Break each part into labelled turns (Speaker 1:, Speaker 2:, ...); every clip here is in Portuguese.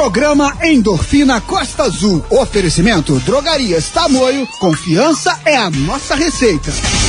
Speaker 1: Programa Endorfina Costa Azul. Oferecimento Drogarias Tamoio. Confiança é a nossa receita.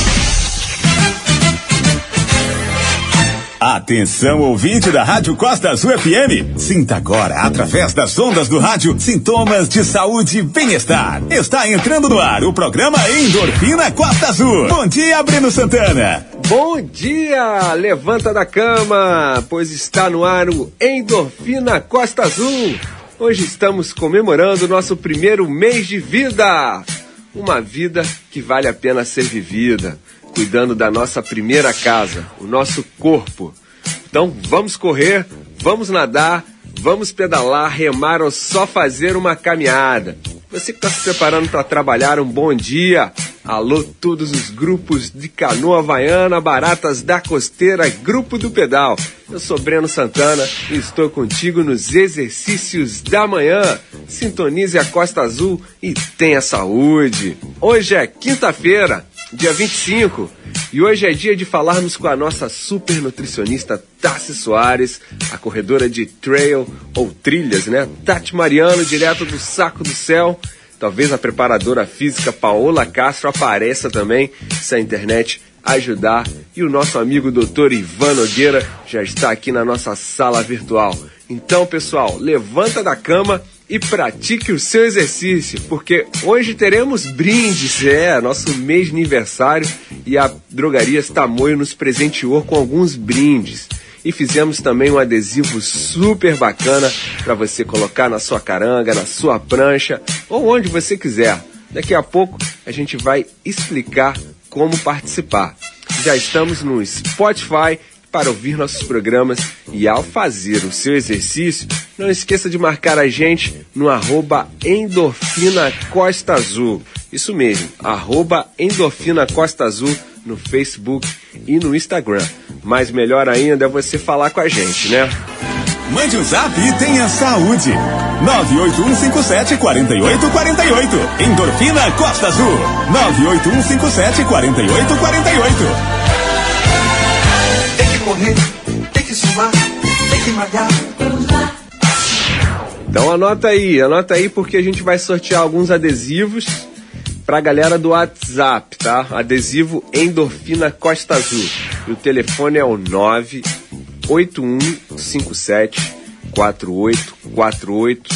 Speaker 2: Atenção, ouvinte da Rádio Costa Azul FM. Sinta agora, através das ondas do rádio, sintomas de saúde e bem-estar. Está entrando no ar o programa Endorfina Costa Azul. Bom dia, Breno Santana.
Speaker 3: Bom dia, levanta da cama, pois está no ar o Endorfina Costa Azul. Hoje estamos comemorando nosso primeiro mês de vida. Uma vida que vale a pena ser vivida, cuidando da nossa primeira casa, o nosso corpo. Então vamos correr, vamos nadar, vamos pedalar, remar ou só fazer uma caminhada. Você que está se preparando para trabalhar, um bom dia. Alô, todos os grupos de Canoa Havaiana, Baratas da Costeira, Grupo do Pedal. Eu sou Breno Santana e estou contigo nos exercícios da manhã. Sintonize a Costa Azul e tenha saúde. Hoje é quinta-feira, dia 25, e hoje é dia de falarmos com a nossa super nutricionista Tassi Soares, a corredora de trail ou trilhas, né? Tati Mariano, direto do Saco do Céu. Talvez a preparadora física Paola Castro apareça também, se a internet ajudar. E o nosso amigo Dr. Ivan Nogueira já está aqui na nossa sala virtual. Então, pessoal, levanta da cama e pratique o seu exercício, porque hoje teremos brindes, nosso mês de aniversário, e a Drogarias Tamoio nos presenteou com alguns brindes. E fizemos também um adesivo super bacana para você colocar na sua caranga, na sua prancha ou onde você quiser. Daqui a pouco a gente vai explicar como participar. Já estamos no Spotify para ouvir nossos programas e ao fazer o seu exercício, não esqueça de marcar a gente no @Endorfina Costa Azul. Isso mesmo, @Endorfina Costa Azul no Facebook e no Instagram. Mas melhor ainda é você falar com a gente, né?
Speaker 2: Mande um zap e tenha saúde. 981574848. Endorfina Costa Azul. 981574848.
Speaker 4: Tem que correr, tem que suar, tem que malhar.
Speaker 3: Então anota aí porque a gente vai sortear alguns adesivos pra galera do WhatsApp, tá? Adesivo Endorfina Costa Azul. E o telefone é o 981574848,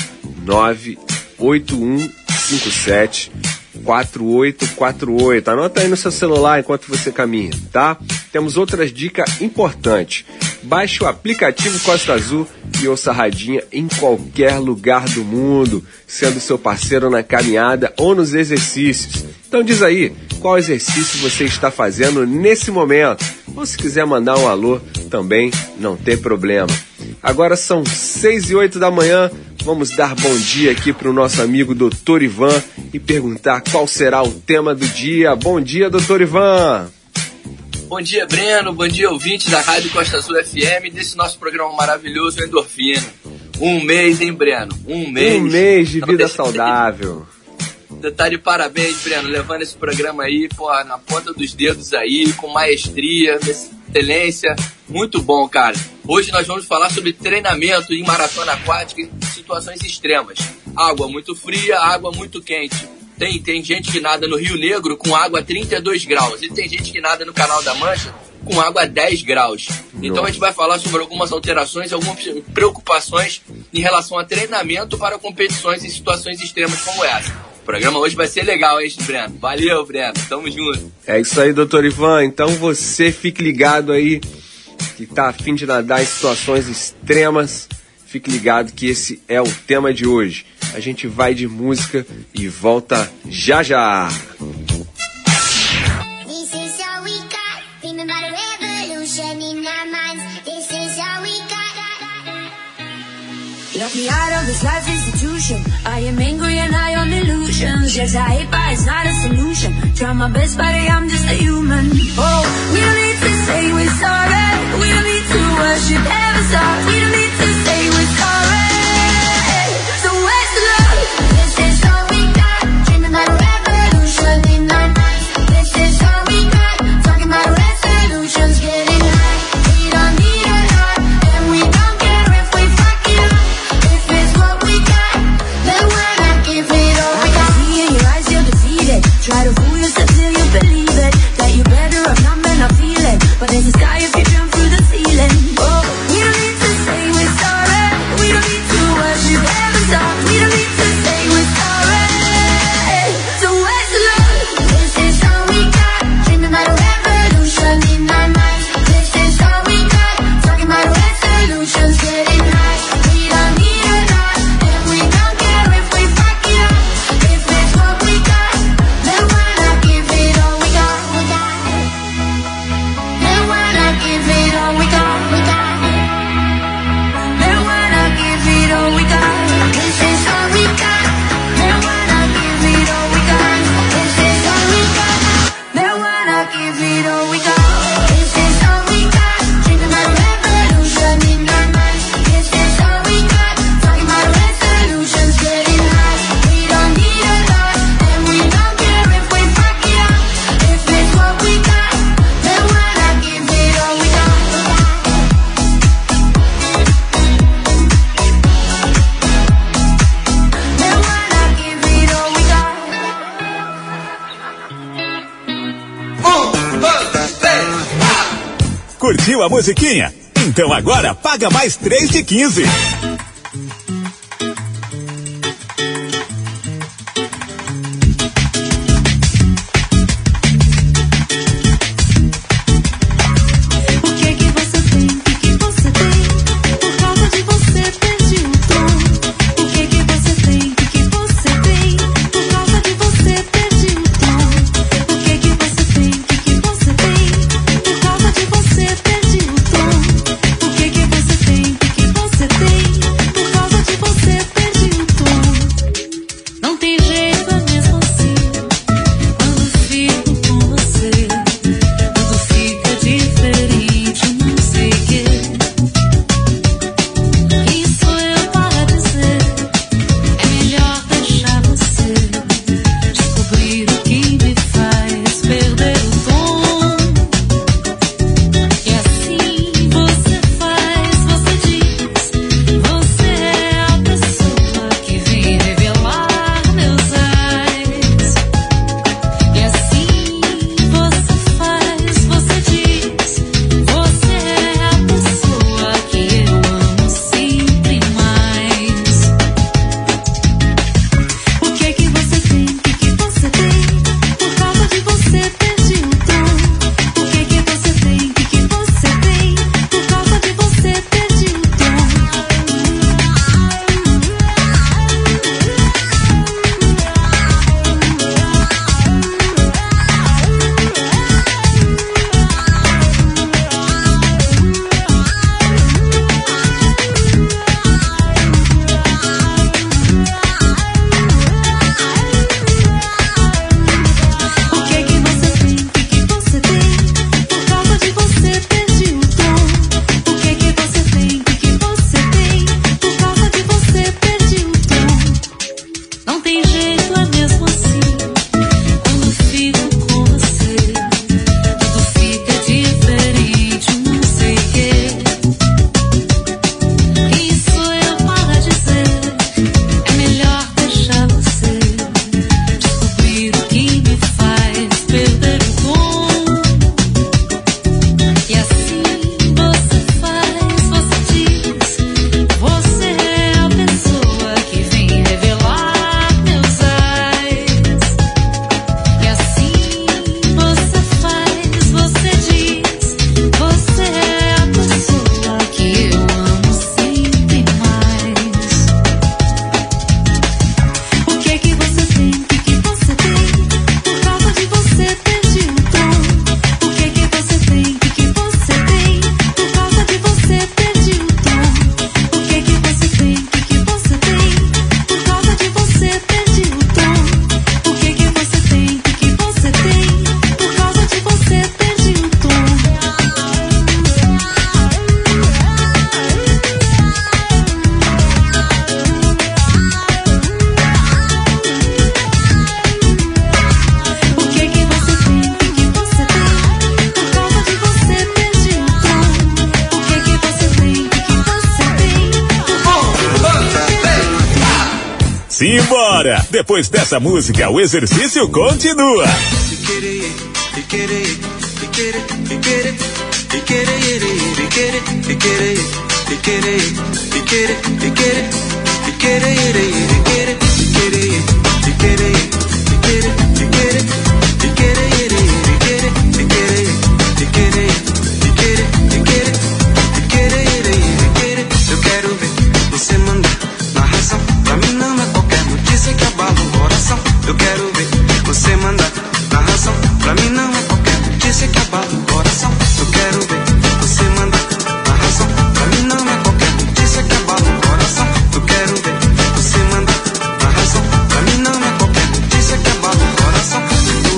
Speaker 3: 981574848. Anota aí no seu celular enquanto você caminha, tá? Temos outras dicas importantes. Baixe o aplicativo Costa Azul e ouça a Radinha em qualquer lugar do mundo, sendo seu parceiro na caminhada ou nos exercícios. Então diz aí, qual exercício você está fazendo nesse momento? Ou se quiser mandar um alô, também não tem problema. Agora são 6h08 da manhã, vamos dar bom dia aqui para o nosso amigo Dr. Ivan e perguntar qual será o tema do dia. Bom dia, Dr. Ivan!
Speaker 5: Bom dia, Breno. Bom dia, ouvintes da Rádio Costa Azul FM, desse nosso programa maravilhoso, Endorfina. Um mês, hein, Breno? Um mês
Speaker 3: de vida saudável.
Speaker 5: Tá de parabéns, Breno, levando esse programa aí, na ponta dos dedos aí, com maestria, excelência. Muito bom, cara. Hoje nós vamos falar sobre treinamento em maratona aquática em situações extremas. Água muito fria, água muito quente. Tem gente que nada no Rio Negro com água a 32 graus. E tem gente que nada no Canal da Mancha com água a 10 graus. Então a gente vai falar sobre algumas alterações, algumas preocupações em relação a treinamento para competições em situações extremas como essa. O programa hoje vai ser legal, hein, Breno? Valeu, Breno. Tamo junto.
Speaker 3: É isso aí, doutor Ivan. Então você fique ligado aí, que tá a fim de nadar em situações extremas. Fique ligado que esse é o tema de hoje. A gente vai de música e volta já já.
Speaker 6: Lock me out of this life institution. I am angry and high on illusions. Yes, I hate, but it's not a solution. Try my best, but I'm just a human. Oh, we don't need to say we're sorry. We don't need to worship ever stop. We don't need to say we're sorry. So where's the love? This is all we got. Dreaming about a revolution in our minds. This is all we got. Talking about resolutions, getting high. We don't need a lot, and we don't care if we fuck it up. If it's what we
Speaker 2: Curtiu a musiquinha? Então agora paga mais 3 de 15. Simbora! Depois dessa música, o exercício continua.
Speaker 4: Eu quero ver você mandar na razão. Pra mim não é qualquer notícia que abala o coração. Eu quero ver você mandar na razão. Pra mim não é qualquer notícia que abala o coração. Eu quero ver você mandar na razão. Pra mim não é qualquer notícia que abala o coração. Eu quero ver você mandar na razão. Pra mim não é qualquer notícia que abala o coração.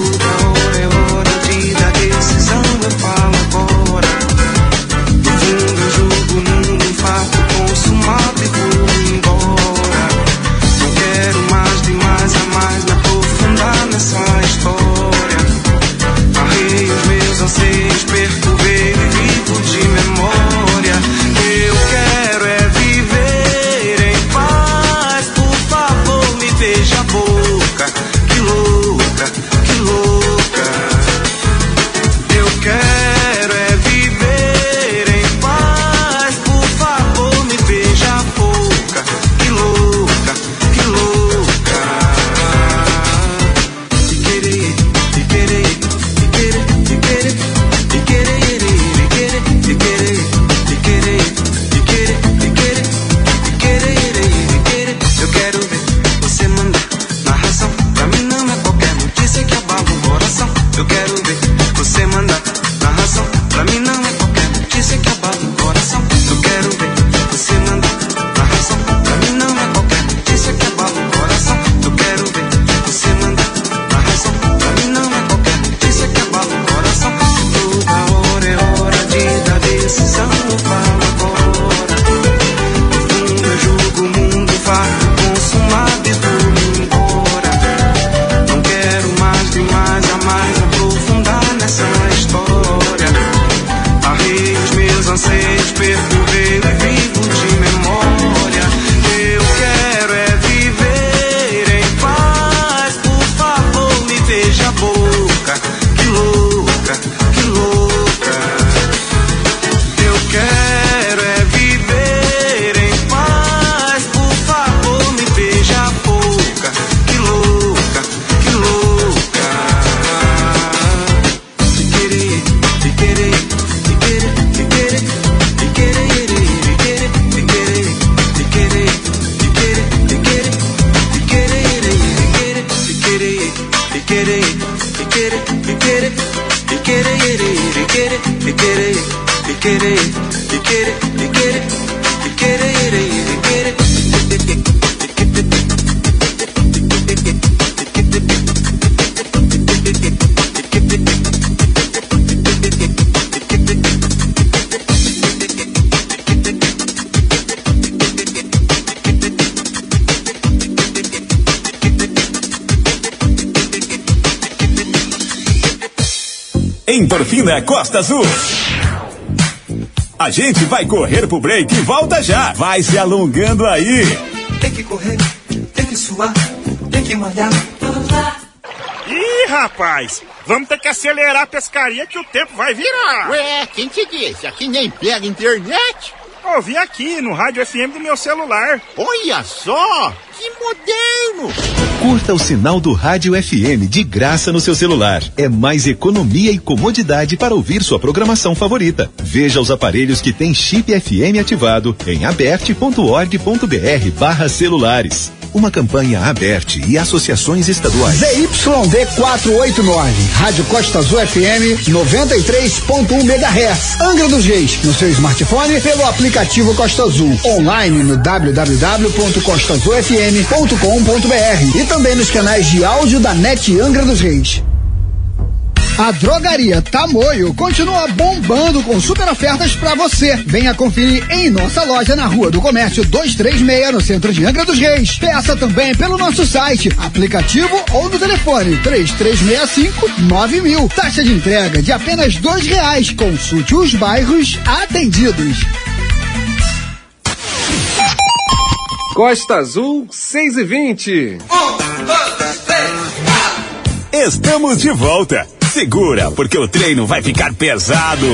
Speaker 2: Endorfina Costa Azul. A gente vai correr pro break e volta já. Vai se alongando aí.
Speaker 4: Tem que correr, tem que suar, tem que malhar.
Speaker 7: Ih, rapaz, vamos ter que acelerar a pescaria que o tempo vai virar.
Speaker 8: Ué, quem te disse? Aqui nem pega internet.
Speaker 7: Ouvi aqui no rádio FM do meu celular.
Speaker 8: Olha só, que moderno.
Speaker 9: Curta o sinal do Rádio FM de graça no seu celular. É mais economia e comodidade para ouvir sua programação favorita. Veja os aparelhos que têm chip FM ativado em aberte.org.br/celulares. Uma campanha Aberte e associações estaduais.
Speaker 1: ZYD 489, Rádio Costa Azul FM 93.1 MHz. Angra dos Reis, no seu smartphone pelo aplicativo Costa Azul. Online no www.costazulfm.com.br e também nos canais de áudio da NET Angra dos Reis. A Drogaria Tamoio continua bombando com super ofertas pra você. Venha conferir em nossa loja na Rua do Comércio 236, no centro de Angra dos Reis. Peça também pelo nosso site, aplicativo ou no telefone 3365-9000. Taxa de entrega de apenas R$2. Consulte os bairros atendidos.
Speaker 3: Costa Azul 6h20.
Speaker 2: 1, 2, 3, 4. Estamos de volta. Segura, porque o treino vai ficar pesado.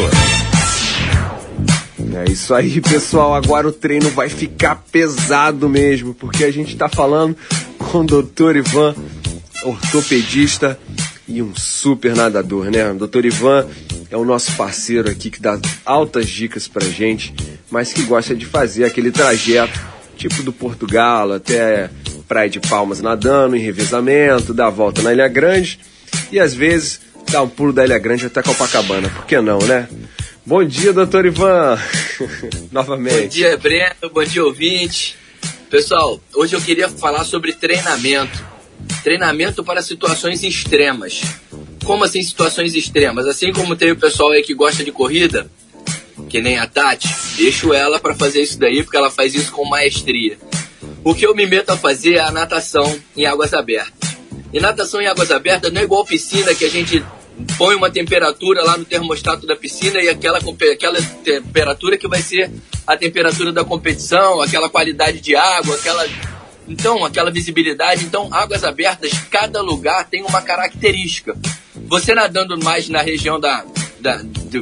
Speaker 3: É isso aí, pessoal. Agora o treino vai ficar pesado mesmo, porque a gente tá falando com o Dr. Ivan, ortopedista e um super nadador, né? O Dr. Ivan é o nosso parceiro aqui que dá altas dicas pra gente, mas que gosta de fazer aquele trajeto tipo do Portugal até Praia de Palmas nadando em revezamento, dar a volta na Ilha Grande e às vezes dar um pulo da Ilha Grande até Copacabana. Por que não, né? Bom dia, doutor Ivan. Novamente.
Speaker 5: Bom dia, Breno. Bom dia, ouvinte. Pessoal, hoje eu queria falar sobre treinamento. Treinamento para situações extremas. Como assim situações extremas? Assim como tem o pessoal aí que gosta de corrida, que nem a Tati, deixo ela para fazer isso daí, porque ela faz isso com maestria. O que eu me meto a fazer é a natação em águas abertas. E natação em águas abertas não é igual piscina, que a gente põe uma temperatura lá no termostato da piscina e aquela temperatura que vai ser a temperatura da competição, aquela qualidade de água, aquela visibilidade. Então, águas abertas, cada lugar tem uma característica. Você nadando mais na região do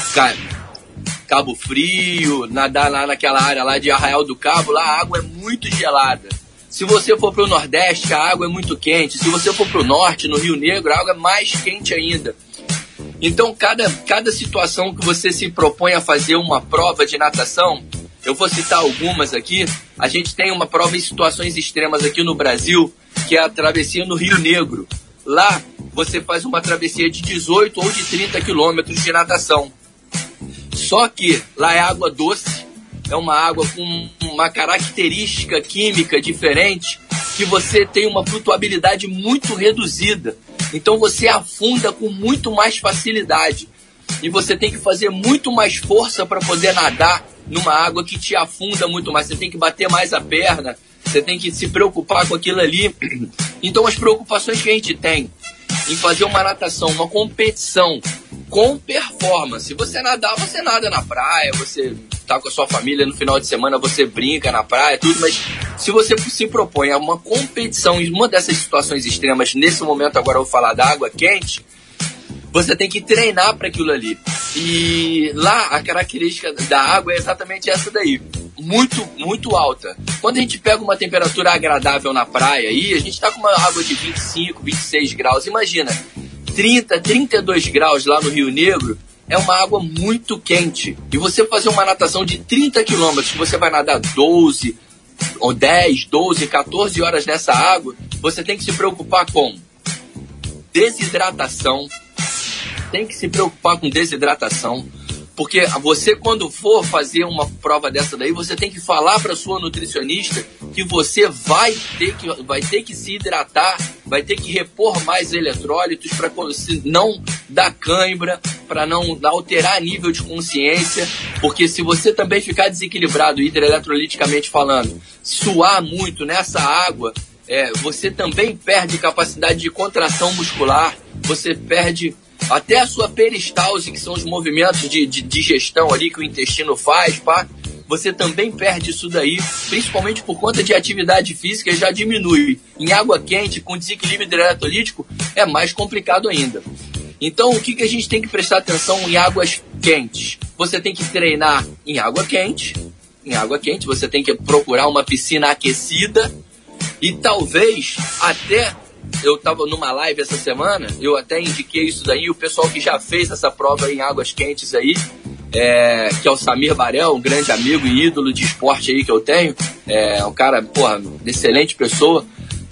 Speaker 5: Cabo Frio, nadar lá naquela área lá de Arraial do Cabo, lá a água é muito gelada. Se você for para o Nordeste, a água é muito quente. Se você for para o Norte, no Rio Negro, a água é mais quente ainda. Então, cada situação que você se propõe a fazer uma prova de natação, eu vou citar algumas aqui. A gente tem uma prova em situações extremas aqui no Brasil, que é a travessia no Rio Negro. Lá, você faz uma travessia de 18 ou de 30 quilômetros de natação. Só que lá é água doce. É uma água com uma característica química diferente, que você tem uma flutuabilidade muito reduzida. Então você afunda com muito mais facilidade. E você tem que fazer muito mais força para poder nadar numa água que te afunda muito mais. Você tem que bater mais a perna, você tem que se preocupar com aquilo ali. Então as preocupações que a gente tem em fazer uma natação, uma competição com performance. Você nadar, você nada na praia, você tá com a sua família no final de semana, você brinca na praia, tudo, mas se você se propõe a uma competição em uma dessas situações extremas, nesse momento agora eu vou falar da água quente, você tem que treinar para aquilo ali. E lá a característica da água é exatamente essa daí, muito, muito alta. Quando a gente pega uma temperatura agradável na praia, aí a gente tá com uma água de 25, 26 graus, imagina, 30, 32 graus lá no Rio Negro, é uma água muito quente. E você fazer uma natação de 30 quilômetros, que você vai nadar 12, ou 10, 12, 14 horas nessa água, você tem que se preocupar com desidratação. Tem que se preocupar com desidratação. Porque você, quando for fazer uma prova dessa daí, você tem que falar para sua nutricionista que você vai ter que se hidratar, vai ter que repor mais eletrólitos para não dar cãibra, para não alterar nível de consciência. Porque se você também ficar desequilibrado hidroeletroliticamente falando, suar muito nessa água, você também perde capacidade de contração muscular, você perde até a sua peristalse, que são os movimentos de digestão ali que o intestino faz, pá, você também perde isso daí, principalmente por conta de atividade física, já diminui. Em água quente, com desequilíbrio eletrolítico, é mais complicado ainda. Então, o que a gente tem que prestar atenção em águas quentes? Você tem que treinar em água quente. Em água quente, você tem que procurar uma piscina aquecida. E talvez até... Eu estava numa live essa semana, eu até indiquei isso daí, o pessoal que já fez essa prova em águas quentes aí, que é o Samir Barel, um grande amigo e ídolo de esporte aí que eu tenho, um cara, porra, excelente pessoa.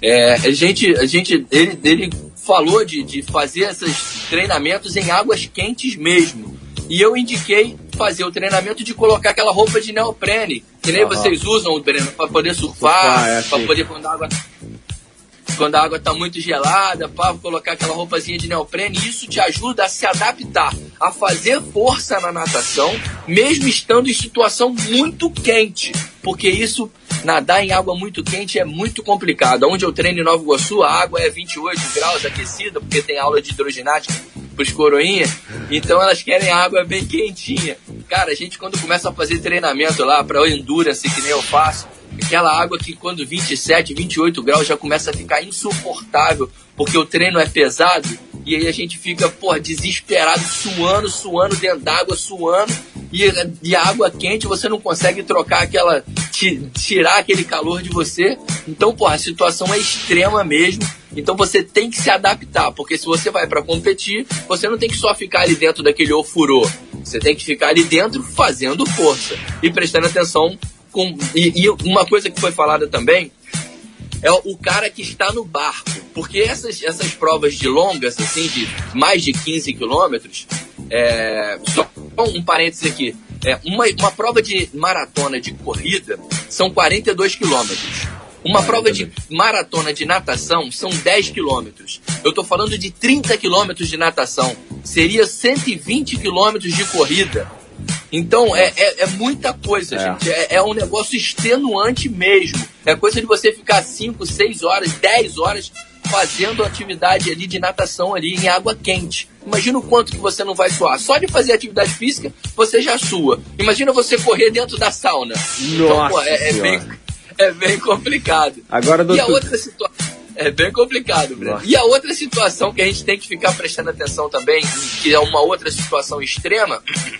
Speaker 5: Ele falou de fazer esses treinamentos em águas quentes mesmo. E eu indiquei fazer o treinamento de colocar aquela roupa de neoprene, que nem vocês usam, Breno, para poder surfar, para poder quando a água está muito gelada, para colocar aquela roupazinha de neoprene. Isso te ajuda a se adaptar, a fazer força na natação, mesmo estando em situação muito quente, porque isso, nadar em água muito quente é muito complicado. Onde eu treino em Nova Iguaçu, a água é 28 graus aquecida, porque tem aula de hidroginástica pros coroinha, então elas querem a água bem quentinha. Cara, a gente quando começa a fazer treinamento lá para endurance, que nem eu faço, aquela água que quando 27, 28 graus já começa a ficar insuportável, porque o treino é pesado, e aí a gente fica, desesperado, suando dentro d'água, suando, e a água quente você não consegue trocar tirar aquele calor de você. Então, a situação é extrema mesmo. Então você tem que se adaptar, porque se você vai para competir, você não tem que só ficar ali dentro daquele ofurô. Você tem que ficar ali dentro fazendo força e prestando atenção. E uma coisa que foi falada também é o cara que está no barco, porque essas provas de longas, assim, de mais de 15 quilômetros, só um parênteses aqui, uma prova de maratona de corrida são 42 quilômetros. Uma prova de maratona de natação são 10 quilômetros. Eu estou falando de 30 quilômetros de natação. Seria 120 quilômetros de corrida. Então, é muita coisa, gente. É um negócio extenuante mesmo. É coisa de você ficar 5, 6 horas, 10 horas fazendo atividade ali de natação ali em água quente. Imagina o quanto que você não vai suar. Só de fazer atividade física, você já sua. Imagina você correr dentro da sauna.
Speaker 3: Nossa,
Speaker 5: então, é bem complicado.
Speaker 3: Agora, doutor...
Speaker 5: E a outra situação... É bem complicado, Breno. E a outra situação que a gente tem que ficar prestando atenção também, que é uma outra situação extrema,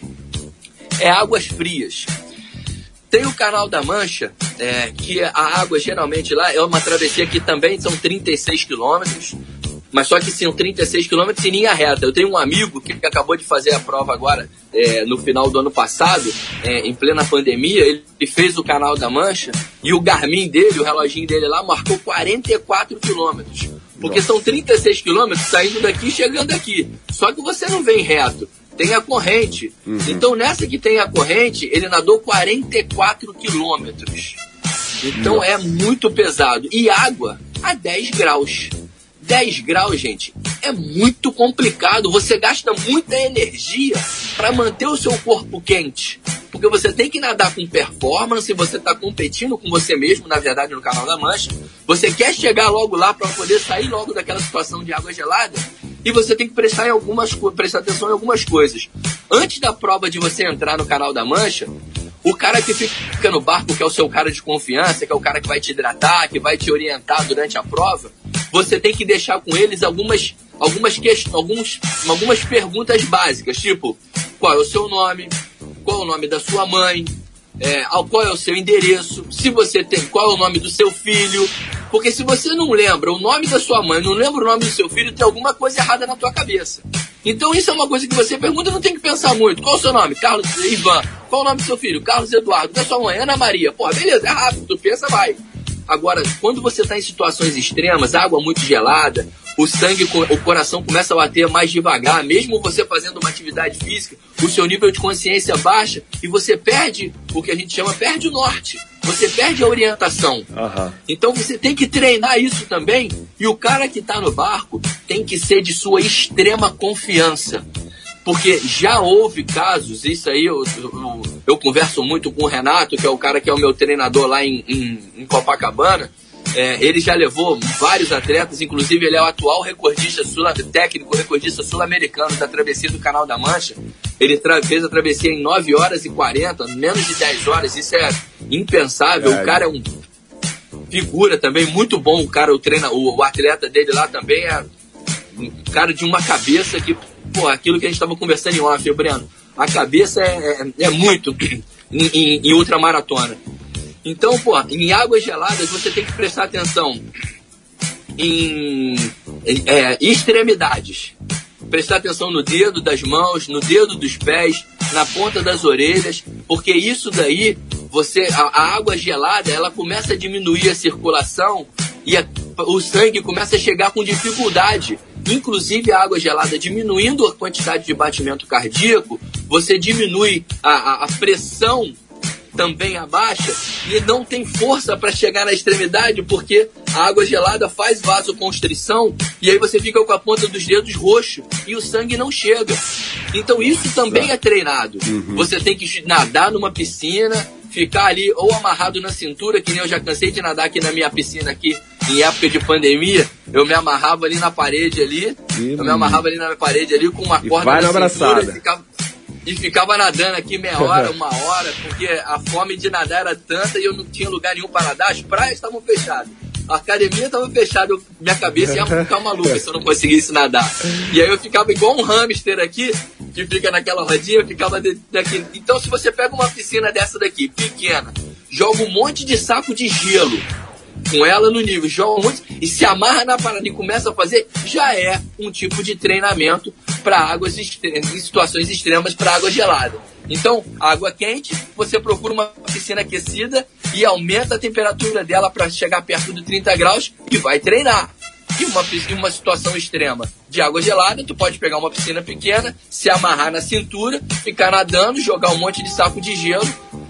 Speaker 5: é águas frias. Tem o Canal da Mancha, que a água geralmente lá é uma travessia que também são 36 quilômetros, mas só que são 36 quilômetros em linha reta. Eu tenho um amigo que acabou de fazer a prova agora, no final do ano passado, em plena pandemia. Ele fez o Canal da Mancha e o Garmin dele, o reloginho dele lá, marcou 44 quilômetros. Porque são 36 quilômetros saindo daqui e chegando aqui. Só que você não vem reto. Tem a corrente. Então, nessa que tem a corrente, ele nadou 44 quilômetros. Então, é muito pesado. E água a 10 graus. 10 graus, gente, é muito complicado. Você gasta muita energia para manter o seu corpo quente. Porque você tem que nadar com performance, você está competindo com você mesmo, na verdade, no Canal da Mancha. Você quer chegar logo lá para poder sair logo daquela situação de água gelada. E você tem que prestar atenção em algumas coisas. Antes da prova de você entrar no Canal da Mancha, o cara que fica no barco, que é o seu cara de confiança, que é o cara que vai te hidratar, que vai te orientar durante a prova, você tem que deixar com eles algumas perguntas básicas, tipo, qual é o seu nome, qual é o nome da sua mãe, qual é o seu endereço, qual é o nome do seu filho. Porque se você não lembra o nome da sua mãe, não lembra o nome do seu filho, tem alguma coisa errada na tua cabeça. Então isso é uma coisa que você pergunta, não tem que pensar muito. Qual é o seu nome? Carlos Ivan. Qual é o nome do seu filho? Carlos Eduardo. Da sua mãe? Ana Maria. Pô, beleza, é rápido, tu pensa, vai. Agora, quando você está em situações extremas, água muito gelada, o coração começa a bater mais devagar, mesmo você fazendo uma atividade física, o seu nível de consciência baixa e você perde o que a gente chama, perde o norte. Você perde a orientação. Então você tem que treinar isso também. E o cara que está no barco tem que ser de sua extrema confiança. Porque já houve casos, isso aí eu converso muito com o Renato, que é o cara que é o meu treinador lá em Copacabana. Ele já levou vários atletas, inclusive ele é o atual técnico recordista sul-americano da travessia do Canal da Mancha. Ele fez a travessia em 9 horas e 40, menos de 10 horas, isso é impensável. O cara é um figura também, muito bom. O atleta dele lá também é um cara de uma cabeça que, pô, aquilo que a gente estava conversando em off, Breno, a cabeça é muito em ultramaratona. Então, pô, em águas geladas você tem que prestar atenção em extremidades. Prestar atenção no dedo das mãos, no dedo dos pés, na ponta das orelhas, porque isso daí, a água gelada, ela começa a diminuir a circulação e o sangue começa a chegar com dificuldade. Inclusive a água gelada diminuindo a quantidade de batimento cardíaco, você diminui a pressão também abaixa e não tem força para chegar na extremidade, porque a água gelada faz vasoconstrição e aí você fica com a ponta dos dedos roxo e o sangue não chega. Então isso também é treinado. Você tem que nadar numa piscina, ficar ali ou amarrado na cintura, que nem eu já cansei de nadar aqui na minha piscina aqui em época de pandemia. Eu me amarrava ali na parede ali, com uma corda na cintura e ficava nadando aqui meia hora, 1 hora, porque a fome de nadar era tanta e eu não tinha lugar nenhum para nadar, as praias estavam fechadas, a academia estava fechada, minha cabeça ia ficar maluca se eu não conseguisse nadar. E aí eu ficava igual um hamster aqui, que fica naquela rodinha, eu ficava daqui. Então se você pega uma piscina dessa daqui, pequena, joga um monte de saco de gelo com ela no nível, joga um monte e se amarra na parada e começa a fazer, já é um tipo de treinamento para águas em situações extremas, para água gelada. Então, água quente, você procura uma piscina aquecida e aumenta a temperatura dela para chegar perto de 30 graus e vai treinar. E uma situação extrema de água gelada, tu pode pegar uma piscina pequena, se amarrar na cintura, ficar nadando, jogar um monte de saco de gelo,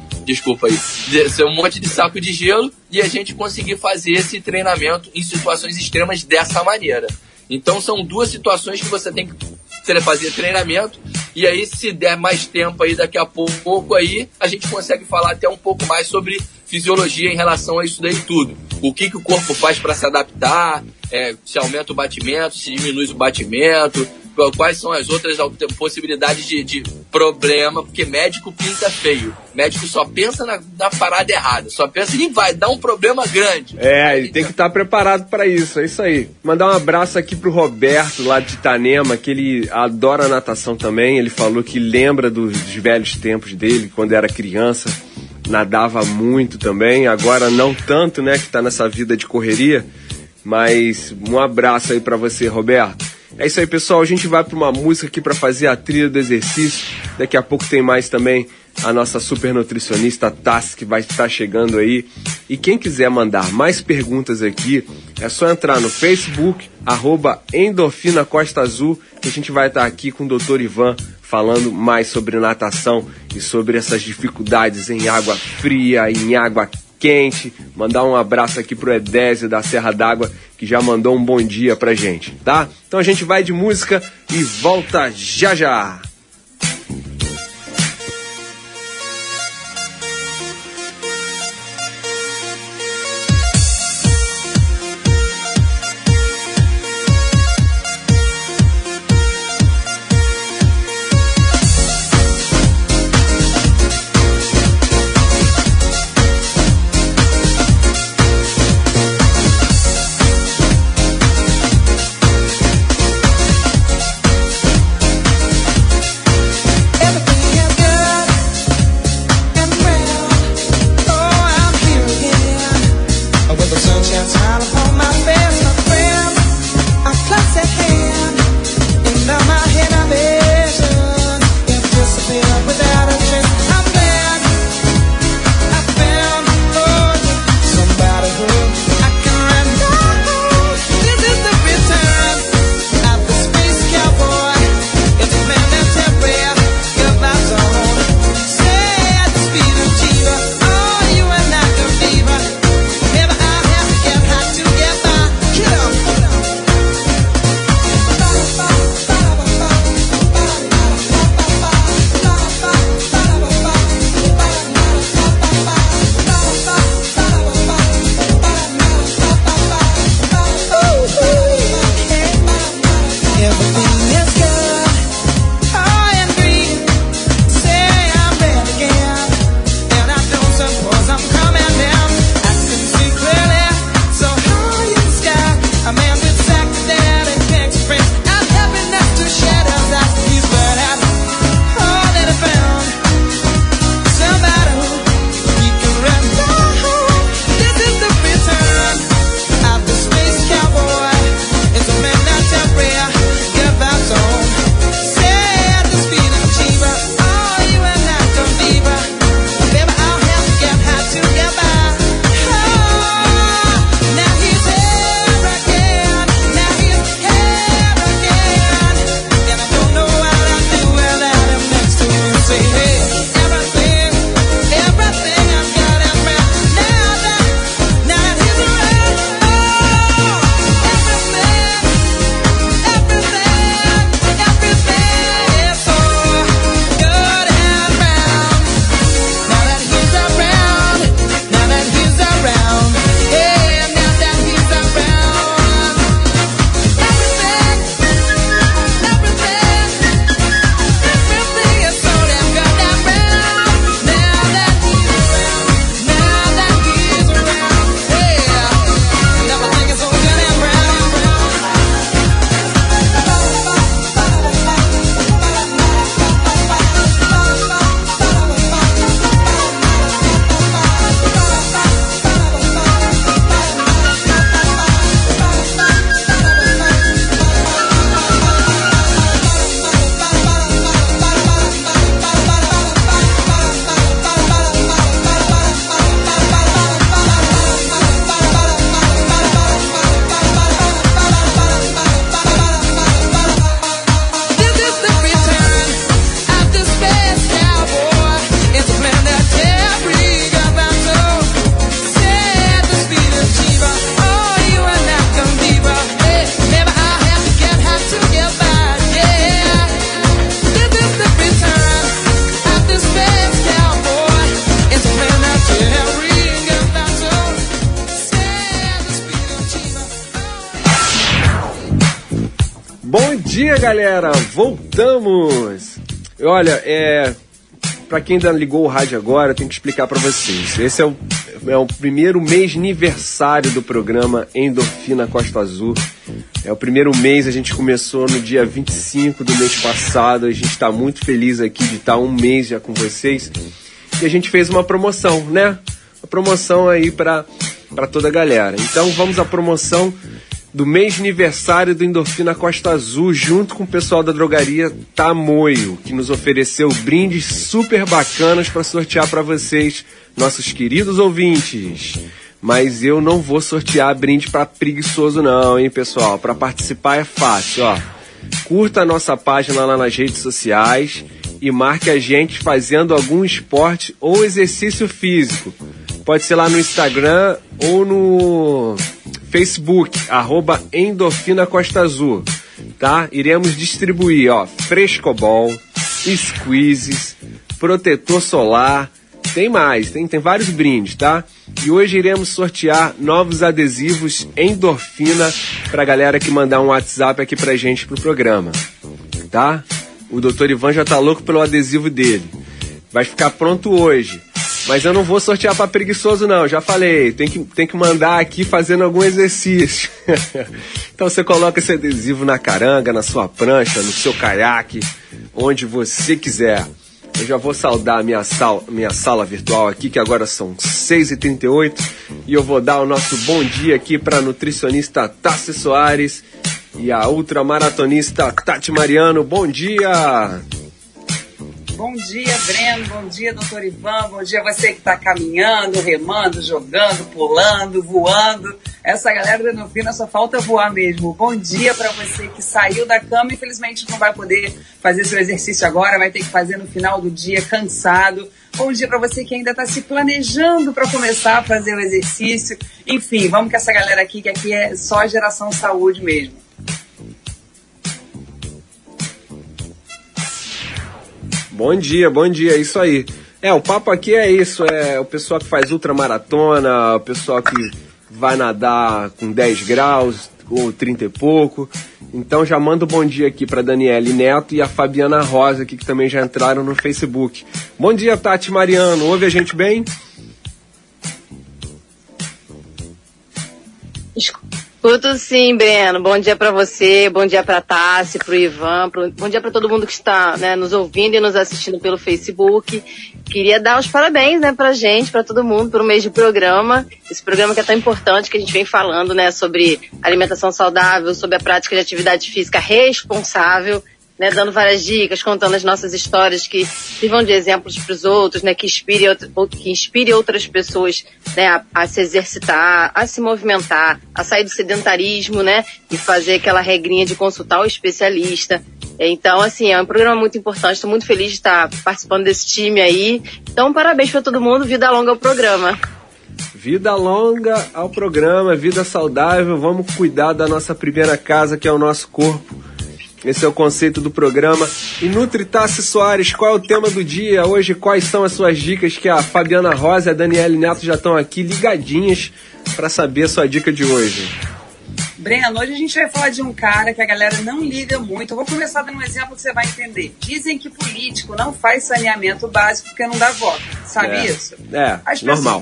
Speaker 5: um monte de saco de gelo e a gente conseguir fazer esse treinamento em situações extremas dessa maneira. Então são 2 situações que você tem que fazer treinamento, e aí se der mais tempo aí daqui a pouco aí, a gente consegue falar até um pouco mais sobre fisiologia em relação a isso daí tudo. O que o corpo faz para se adaptar, se aumenta o batimento, se diminui o batimento, quais são as outras possibilidades de problema, porque médico pinta feio. Médico só pensa na parada errada, só pensa em vai dar um problema grande.
Speaker 3: Ele tem que estar preparado para isso, é isso aí. Mandar um abraço aqui pro Roberto, lá de Itanema, que ele adora natação também. Ele falou que lembra dos velhos tempos dele, quando era criança, nadava muito também, agora não tanto, né, que tá nessa vida de correria, mas um abraço aí para você, Roberto. É isso aí, pessoal, a gente vai para uma música aqui para fazer a trilha do exercício. Daqui a pouco tem mais também a nossa super nutricionista Tassi, que vai estar chegando aí. E quem quiser mandar mais perguntas aqui, é só entrar no Facebook, @Endorfina Costa Azul, que a gente vai estar aqui com o Dr. Ivan falando mais sobre natação e sobre essas dificuldades em água fria, em água quente. Mandar um abraço aqui pro Edésio da Serra d'Água, que já mandou um bom dia pra gente, tá? Então a gente vai de música e volta já já. dia, galera! Voltamos! Olha, pra quem ainda ligou o rádio agora, eu tenho que explicar pra vocês. Esse é o primeiro mês aniversário do programa Endorfina Costa Azul. É o primeiro mês, a gente começou no dia 25 do mês passado. A gente tá muito feliz aqui de estar um mês já com vocês. E a gente fez uma promoção, né? Uma promoção aí pra toda a galera. Então vamos à promoção do mês de aniversário do Endorfina Costa Azul, junto com o pessoal da drogaria Tamoio, que nos ofereceu brindes super bacanas para sortear para vocês, nossos queridos ouvintes. Mas eu não vou sortear brinde para preguiçoso não, hein, pessoal? Para participar é fácil, ó. Curta a nossa página lá nas redes sociais e marque a gente fazendo algum esporte ou exercício físico. Pode ser lá no Instagram ou no Facebook, @Endorfina Costa Azul, tá? Iremos distribuir, ó, Frescobol, Squeezes, protetor solar, tem mais, tem vários brindes, tá? E hoje iremos sortear novos adesivos Endorfina pra galera que mandar um WhatsApp aqui pra gente pro programa, tá? O Dr. Ivan já tá louco pelo adesivo dele. Vai ficar pronto hoje. Mas eu não vou sortear para preguiçoso não, já falei, tem que mandar aqui fazendo algum exercício. Então você coloca esse adesivo na caranga, na sua prancha, no seu caiaque, onde você quiser. Eu já vou saudar a minha sala virtual aqui, que agora são 6h38, e eu vou dar o nosso bom dia aqui para a nutricionista Tassi Soares e a ultramaratonista Tati Mariano. Bom dia!
Speaker 10: Bom dia, Breno. Bom dia, doutor Ivan. Bom dia a você que está caminhando, remando, jogando, pulando, voando. Essa galera da Endorfina só falta voar mesmo. Bom dia para você que saiu da cama e infelizmente não vai poder fazer seu exercício agora, vai ter que fazer no final do dia, cansado. Bom dia para você que ainda está se planejando para começar a fazer o exercício. Enfim, vamos com essa galera aqui, que aqui é só geração saúde mesmo.
Speaker 3: Bom dia, é isso aí. O papo aqui é isso, é o pessoal que faz ultramaratona, o pessoal que vai nadar com 10 graus ou 30 e pouco. Então já manda um bom dia aqui para Daniele Neto e a Fabiana Rosa aqui, que também já entraram no Facebook. Bom dia, Tati Mariano, ouve a gente bem?
Speaker 11: Escuto sim, Breno. Bom dia para você, bom dia para Tassi, pro Ivan, bom dia para todo mundo que está, né, nos ouvindo e nos assistindo pelo Facebook. Queria dar os parabéns, né, pra gente, para todo mundo, por um mês de programa. Esse programa que é tão importante, que a gente vem falando, né, sobre alimentação saudável, sobre a prática de atividade física responsável, né, dando várias dicas, contando as nossas histórias que sirvam de exemplos para os outros, né, que inspire outras pessoas, né, a se exercitar, a se movimentar, a sair do sedentarismo, né, e fazer aquela regrinha de consultar o especialista. Então, assim, é um programa muito importante, estou muito feliz de estar participando desse time aí. Então, parabéns para todo mundo, vida longa ao programa.
Speaker 3: Vida longa ao programa, vida saudável, vamos cuidar da nossa primeira casa, que é o nosso corpo. Esse é o conceito do programa. E Nutri Tassi Soares, qual é o tema do dia? Hoje, quais são as suas dicas? Que a Fabiana Rosa e a Daniele Neto já estão aqui ligadinhas para saber a sua dica de hoje.
Speaker 10: Breno, hoje a gente vai falar de um cara que a galera não liga muito. Eu vou começar dando um exemplo que você vai entender. Dizem que político não faz saneamento básico porque não dá voto. Sabe isso?
Speaker 3: Normal.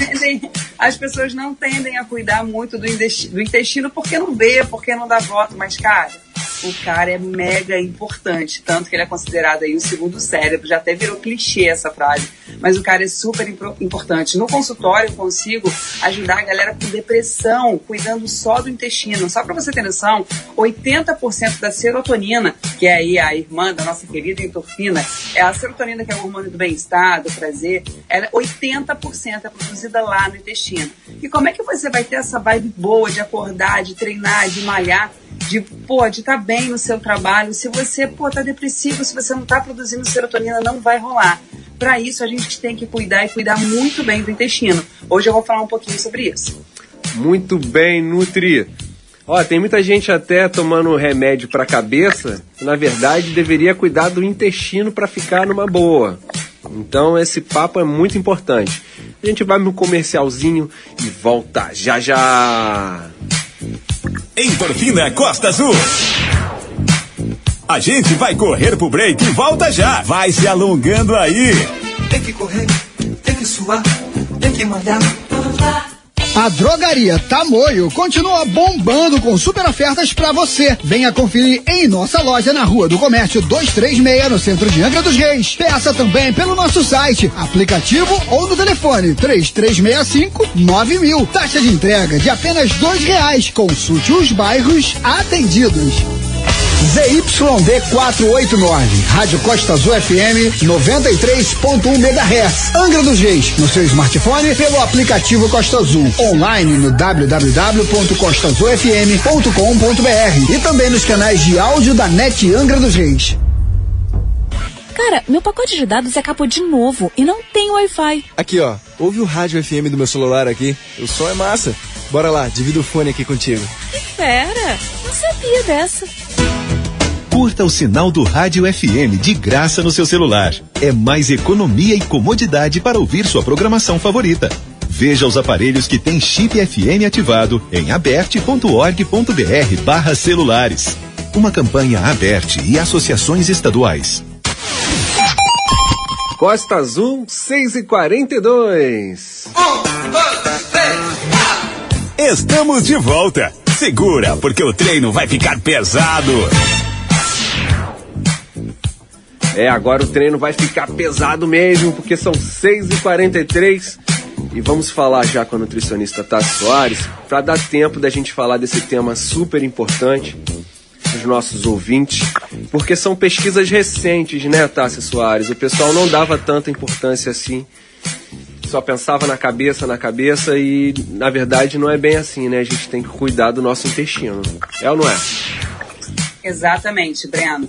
Speaker 10: As pessoas não tendem a cuidar muito do intestino porque não vê, porque não dá voto. Mas, cara, o cara é mega importante, tanto que ele é considerado aí o segundo cérebro, já até virou clichê essa frase, mas o cara é super importante. No consultório eu consigo ajudar a galera com depressão, cuidando só do intestino. Só para você ter noção, 80% da serotonina, que é aí a irmã da nossa querida endorfina, é a serotonina, que é o hormônio do bem-estar, do prazer, ela 80% é produzida lá no intestino. E como é que você vai ter essa vibe boa de acordar, de treinar, de malhar, de estar bem no seu trabalho, se você, tá depressivo, se você não tá produzindo serotonina, não vai rolar. Para isso, a gente tem que cuidar e cuidar muito bem do intestino. Hoje eu vou falar um pouquinho sobre isso.
Speaker 3: Muito bem, Nutri. Ó, tem muita gente até tomando remédio para cabeça, na verdade deveria cuidar do intestino para ficar numa boa. Então esse papo é muito importante. A gente vai no comercialzinho e volta já já.
Speaker 2: Endorfina Costa Azul. A gente vai correr pro break e volta já. Vai se alongando aí.
Speaker 4: Tem que correr, tem que suar, tem que malhar.
Speaker 1: A Drogaria Tamoio continua bombando com super ofertas pra você. Venha conferir em nossa loja na Rua do Comércio 236, no centro de Angra dos Reis. Peça também pelo nosso site, aplicativo ou no telefone 3365-9000. Taxa de entrega de apenas R$2. Consulte os bairros atendidos. ZYD 489, Rádio Costa Azul FM 93.1 MHz, Angra dos Reis, no seu smartphone pelo aplicativo Costa Azul, online no www.costazulfm.com.br e também nos canais de áudio da NET Angra dos Reis.
Speaker 12: Cara, meu pacote de dados acabou de novo e não tem Wi-Fi.
Speaker 13: Aqui, ó, ouve o rádio FM do meu celular aqui, o som é massa. Bora lá, divido o fone aqui contigo.
Speaker 12: Que fera, não sabia dessa.
Speaker 9: Curta o sinal do Rádio FM de graça no seu celular. É mais economia e comodidade para ouvir sua programação favorita. Veja os aparelhos que têm chip FM ativado em aberte.org.br/celulares. Uma campanha Aberte e associações estaduais.
Speaker 3: Costa Azul 6h42.
Speaker 2: Estamos de volta. Segura, porque o treino vai ficar pesado.
Speaker 3: Agora o treino vai ficar pesado mesmo, porque são 6h43 e vamos falar já com a nutricionista Tassi Soares, para dar tempo da gente falar desse tema super importante dos nossos ouvintes, porque são pesquisas recentes, né, Tassi Soares? O pessoal não dava tanta importância assim, só pensava na cabeça e, na verdade, não é bem assim, né? A gente tem que cuidar do nosso intestino. É ou não é?
Speaker 10: Exatamente, Breno.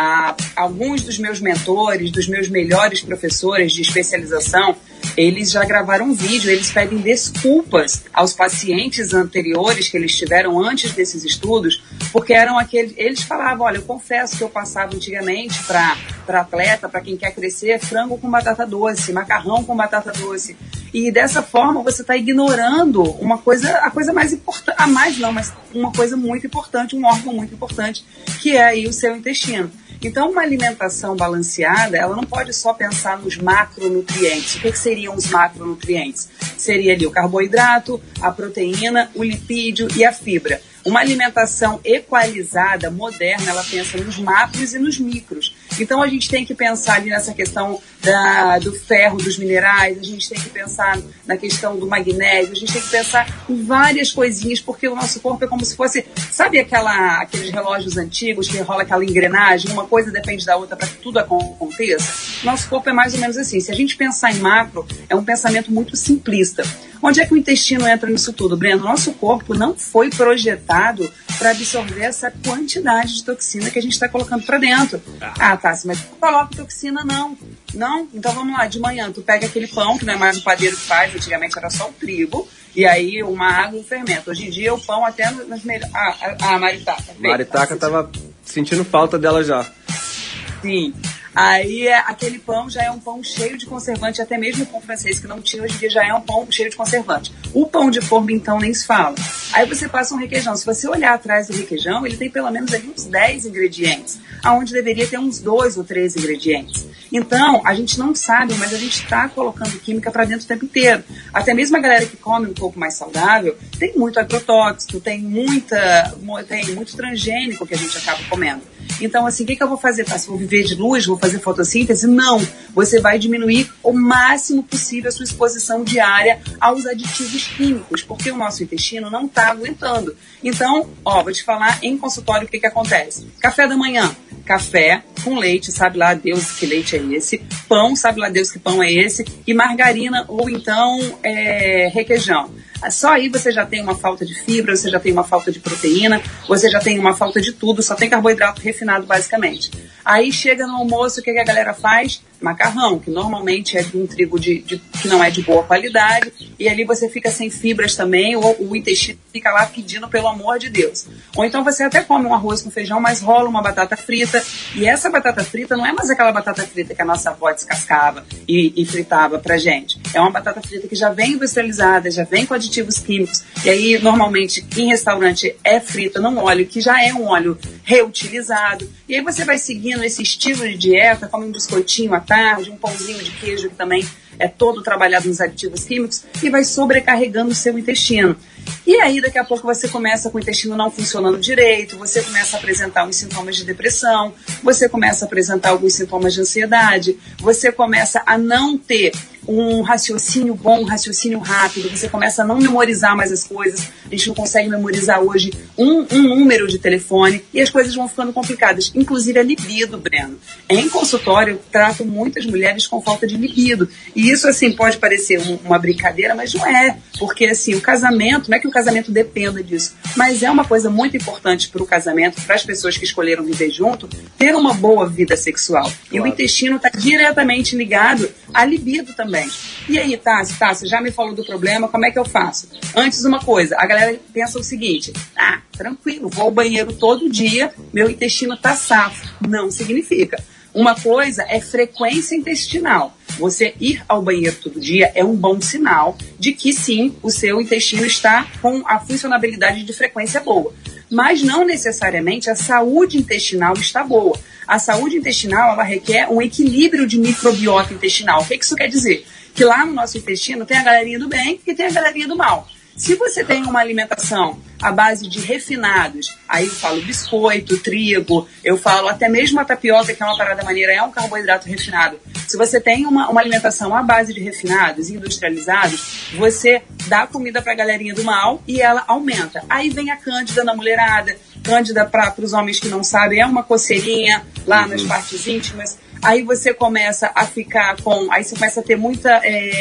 Speaker 10: Alguns dos meus mentores, dos meus melhores professores de especialização, eles já gravaram um vídeo, eles pedem desculpas aos pacientes anteriores que eles tiveram antes desses estudos, porque eram aqueles, eles falavam, olha, eu confesso que eu passava antigamente para atleta, para quem quer crescer, frango com batata doce, macarrão com batata doce, e dessa forma você está ignorando uma coisa, a coisa mais importante, mas uma coisa muito importante, um órgão muito importante, que é aí o seu intestino. Então, uma alimentação balanceada, ela não pode só pensar nos macronutrientes. O que seriam os macronutrientes? Seria ali o carboidrato, a proteína, o lipídio e a fibra. Uma alimentação equalizada, moderna, ela pensa nos macros e nos micros. Então, a gente tem que pensar ali nessa questão do ferro, dos minerais, a gente tem que pensar na questão do magnésio, a gente tem que pensar em várias coisinhas, porque o nosso corpo é como se fosse, sabe aqueles relógios antigos que rola aquela engrenagem, uma coisa depende da outra para que tudo aconteça? Nosso corpo é mais ou menos assim. Se a gente pensar em macro, é um pensamento muito simplista. Onde é que o intestino entra nisso tudo, Breno? Nosso corpo não foi projetado para absorver essa quantidade de toxina que a gente está colocando para dentro. Tassi, mas tu coloca toxina não? Não? Então vamos lá, de manhã tu pega aquele pão, que não é mais o padeiro que faz, antigamente era só o trigo, e aí uma água e um fermento. Hoje em dia o pão até nas melhores... a Maritaca.
Speaker 3: Maritaca tava sentindo falta dela já.
Speaker 10: Sim. Aí aquele pão já é um pão cheio de conservante, até mesmo o pão francês que não tinha hoje em dia já é um pão cheio de conservante. O pão de forma então nem se fala. Aí você passa um requeijão. Se você olhar atrás do requeijão, ele tem pelo menos ali uns 10 ingredientes, aonde deveria ter uns 2 ou 3 ingredientes. Então, a gente não sabe, mas a gente está colocando química para dentro o tempo inteiro. Até mesmo a galera que come um pouco mais saudável, tem muito agrotóxico, tem muito transgênico que a gente acaba comendo. Então, assim, o que eu vou fazer? Se vou viver de luz, vou fazer fotossíntese? Não. Você vai diminuir o máximo possível a sua exposição diária aos aditivos químicos, porque o nosso intestino não está aguentando. Então, vou te falar em consultório o que acontece. Café da manhã. Café com leite, sabe lá Deus que leite é esse. Pão, sabe lá Deus que pão é esse. E margarina ou então requeijão. Só aí você já tem uma falta de fibra, você já tem uma falta de proteína, você já tem uma falta de tudo, só tem carboidrato refinado basicamente. Aí chega no almoço, o que a galera faz? Macarrão, que normalmente é de um trigo que não é de boa qualidade, e ali você fica sem fibras também, o intestino fica lá pedindo pelo amor de Deus. Ou então você até come um arroz com feijão, mas rola uma batata frita, e essa batata frita não é mais aquela batata frita que a nossa avó descascava e fritava pra gente. É uma batata frita que já vem industrializada, já vem com aditivos químicos, e aí normalmente em restaurante é frita num óleo que já é um óleo reutilizado, E aí você vai seguindo esse estilo de dieta, come um biscoitinho à tarde, um pãozinho de queijo que também é todo trabalhado nos aditivos químicos, e vai sobrecarregando o seu intestino. E aí, daqui a pouco, você começa com o intestino não funcionando direito, você começa a apresentar uns sintomas de depressão, você começa a apresentar alguns sintomas de ansiedade, você começa a não ter um raciocínio bom, um raciocínio rápido, você começa a não memorizar mais as coisas, a gente não consegue memorizar hoje um número de telefone, e as coisas vão ficando complicadas, inclusive a libido, Breno. Em consultório, eu trato muitas mulheres com falta de libido, e isso, assim, pode parecer uma brincadeira, mas não é, porque, assim, o casamento, não é que o casamento dependa disso, mas é uma coisa muito importante para o casamento, para as pessoas que escolheram viver junto, ter uma boa vida sexual. Claro. E o intestino está diretamente ligado à libido também. E aí, Tássia, já me falou do problema, como é que eu faço? Antes, uma coisa, a galera pensa o seguinte, tranquilo, vou ao banheiro todo dia, meu intestino está safo. Não significa. Uma coisa é frequência intestinal. Você ir ao banheiro todo dia é um bom sinal de que sim, o seu intestino está com a funcionabilidade de frequência boa. Mas não necessariamente a saúde intestinal está boa. A saúde intestinal, ela requer um equilíbrio de microbiota intestinal. O que isso quer dizer? Que lá no nosso intestino tem a galerinha do bem e tem a galerinha do mal. Se você tem uma alimentação à base de refinados, aí eu falo biscoito, trigo, eu falo até mesmo a tapioca, que é uma parada maneira, é um carboidrato refinado. Se você tem uma alimentação à base de refinados, industrializados, você dá comida para a galerinha do mal e ela aumenta. Aí vem a cândida na mulherada, cândida para os homens que não sabem, é uma coceirinha lá nas partes íntimas. Aí você começa a ficar com... Aí você começa a ter muita...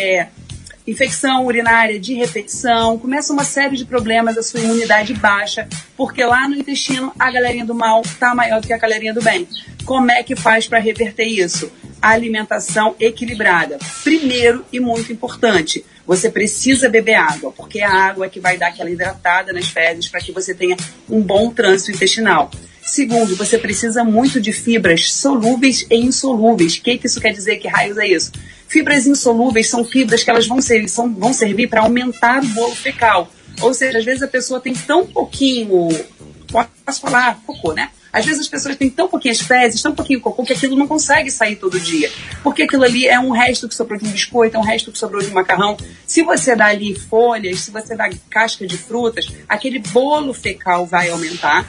Speaker 10: infecção urinária de repetição, começa uma série de problemas, a sua imunidade baixa, porque lá no intestino a galerinha do mal está maior do que a galerinha do bem. Como é que faz para reverter isso? A alimentação equilibrada. Primeiro e muito importante, você precisa beber água, porque a água é que vai dar aquela hidratada nas fezes para que você tenha um bom trânsito intestinal. Segundo, você precisa muito de fibras solúveis e insolúveis. O que isso quer dizer? Que raios é isso? Fibras insolúveis são fibras que elas vão servir para aumentar o bolo fecal. Ou seja, às vezes a pessoa tem tão pouquinho... Posso falar? Cocô, né? Às vezes as pessoas têm tão pouquinhas fezes, tão pouquinho cocô, que aquilo não consegue sair todo dia. Porque aquilo ali é um resto que sobrou de um biscoito, é um resto que sobrou de um macarrão. Se você dá ali folhas, se você dá casca de frutas, aquele bolo fecal vai aumentar.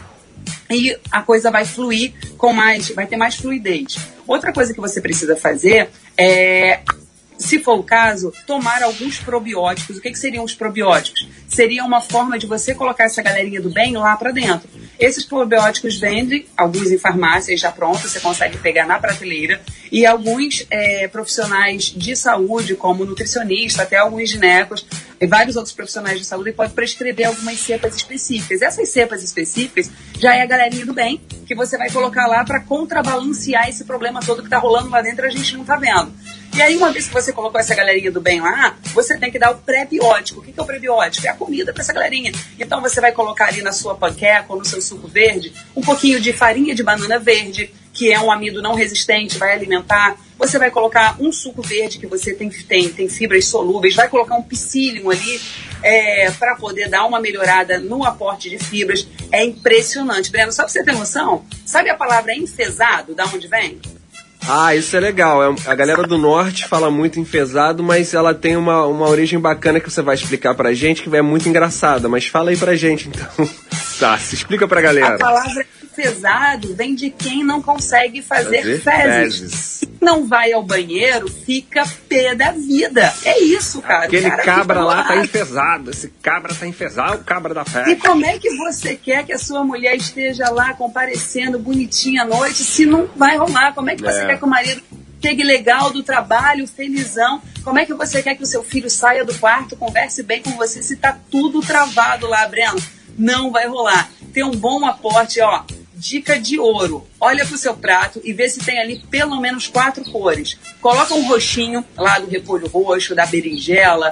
Speaker 10: E a coisa vai fluir vai ter mais fluidez. Outra coisa que você precisa fazer é, se for o caso, tomar alguns probióticos. O que seriam os probióticos? Seria uma forma de você colocar essa galerinha do bem lá para dentro. Esses probióticos vendem, alguns em farmácias já prontos, você consegue pegar na prateleira, e alguns profissionais de saúde, como nutricionista, até alguns ginecos, e vários outros profissionais de saúde podem prescrever algumas cepas específicas. Essas cepas específicas já é a galerinha do bem, que você vai colocar lá para contrabalancear esse problema todo que está rolando lá dentro, a gente não está vendo. E aí, uma vez que você colocou essa galerinha do bem lá, você tem que dar o pré-biótico. O que é o pré-biótico? É a comida para essa galerinha. Então, você vai colocar ali na sua panqueca ou no seu suco verde um pouquinho de farinha de banana verde, que é um amido não resistente, vai alimentar. Você vai colocar um suco verde que você tem fibras solúveis, vai colocar um psyllium ali para poder dar uma melhorada no aporte de fibras. É impressionante, Breno. Só para você ter noção, sabe a palavra enfesado, da onde vem?
Speaker 3: Ah, isso é legal. A galera do norte fala muito enfesado, mas ela tem uma origem bacana que você vai explicar pra gente, que é muito engraçada. Mas fala aí pra gente, então. Tá, se explica pra galera.
Speaker 10: A palavra enfesado vem de quem não consegue fazer fezes. Se não vai ao banheiro, fica pé da vida. É isso, cara.
Speaker 3: Aquele cabra lá tá enfesado. Esse cabra tá enfesado, o cabra da festa.
Speaker 10: E como é que você quer que a sua mulher esteja lá comparecendo bonitinha à noite se não vai rolar? Como é que você quer que o marido chegue legal do trabalho, felizão? Como é que você quer que o seu filho saia do quarto, converse bem com você se tá tudo travado lá, Breno? Não vai rolar. Tem um bom aporte, ó. Dica de ouro. Olha pro seu prato e vê se tem ali pelo menos 4 cores. Coloca um roxinho lá do repolho roxo, da berinjela,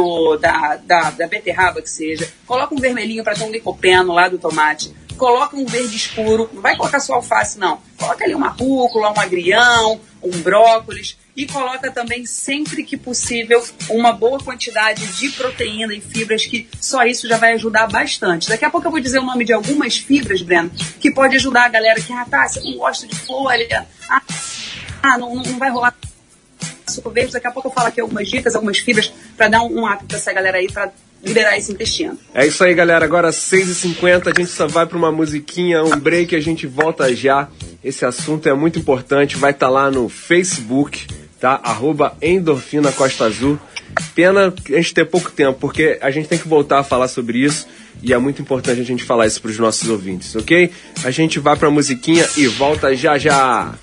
Speaker 10: da beterraba que seja. Coloca um vermelhinho para ter um licopeno lá do tomate. Coloca um verde escuro. Não vai colocar só alface, não. Coloca ali uma rúcula, um agrião, um brócolis. E coloca também, sempre que possível, uma boa quantidade de proteína e fibras, que só isso já vai ajudar bastante. Daqui a pouco eu vou dizer o nome de algumas fibras, Breno, que pode ajudar a galera que, você não gosta de folha, não vai rolar suco verde. Daqui a pouco eu falo aqui algumas dicas, algumas fibras, para dar um up pra essa galera aí, para liberar esse intestino.
Speaker 3: É isso aí, galera. Agora 6h50, a gente só vai para uma musiquinha, um break, a gente volta já. Esse assunto é muito importante, vai estar lá no Facebook, tá? @Endorfina Costa Azul. Pena a gente ter pouco tempo, porque a gente tem que voltar a falar sobre isso e é muito importante a gente falar isso para os nossos ouvintes, ok? A gente vai para a musiquinha e volta já já.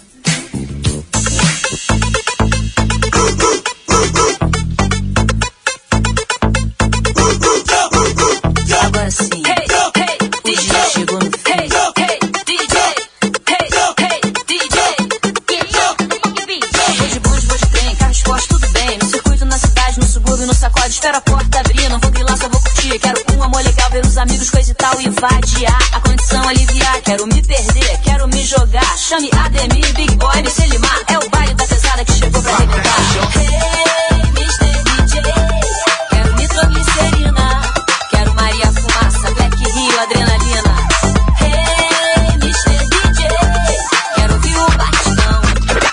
Speaker 6: Agora sim, o dia chegou no fim. Vou de bonde, vou de trem, carro esporte, tudo bem. No circuito, na cidade, no subúrbio, no sacode, espero a porta abrir. Não vou grilar, só vou curtir. Quero um amor legal, ver os amigos, coisa e tal, e vadiar. A condição aliviar, quero me perder, quero me jogar. Chame Ademir, Big Boy, MC Limar. É o baile da pesada que chegou pra arrebentar. Hey, Mr. DJ, quero nitroglicerina. Quero Maria Fumaça, Black Rio, adrenalina. Hey, Mr. DJ, quero ouvir o batidão.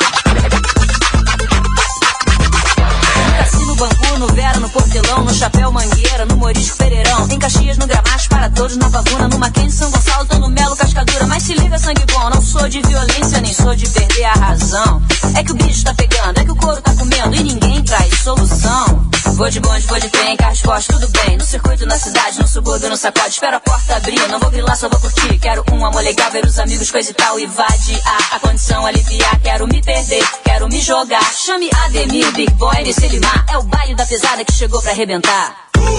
Speaker 6: No cassino, Bangu, no Vera, no Portelão, no Chapéu, Mangueira, no Morisco, Pereirão. Em Caxias, no Gramacho, para todos na Pavuna, no Mackenzie, São Gonçalo, tô no Melo, Cascadura. Mas se liga, sangue bom, não sou de violência, nem sou de perder a razão. É que o bicho tá pegando, é que o couro tá comendo e ninguém traz solução. Vou de bonde, vou de trem, carro esporte, tudo bem. No circuito, na cidade, no subúrbio, no sacode, espero a porta abrir. Não vou grilar, só vou curtir. Quero um amor legal, ver os amigos, coisa e tal, e vadiar. A condição aliviar, quero me perder, quero me jogar. Chame Ademir, Big Boy, MC Limar. É o baile da pesada que chegou pra arrebentar.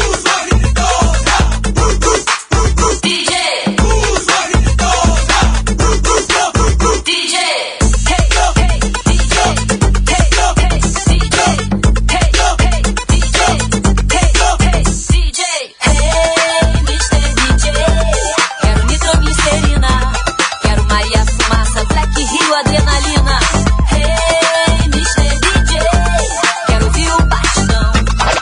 Speaker 6: DJ, DJ, hey, hey, DJ, hey, hey, DJ, hey, hey, DJ, hey, hey, DJ, hey, Mr. DJ, quero nitroglicerina, quero Maria Fumaça, Black Rio, adrenalina. Hey, Mr. DJ, quero ouvir o batidão.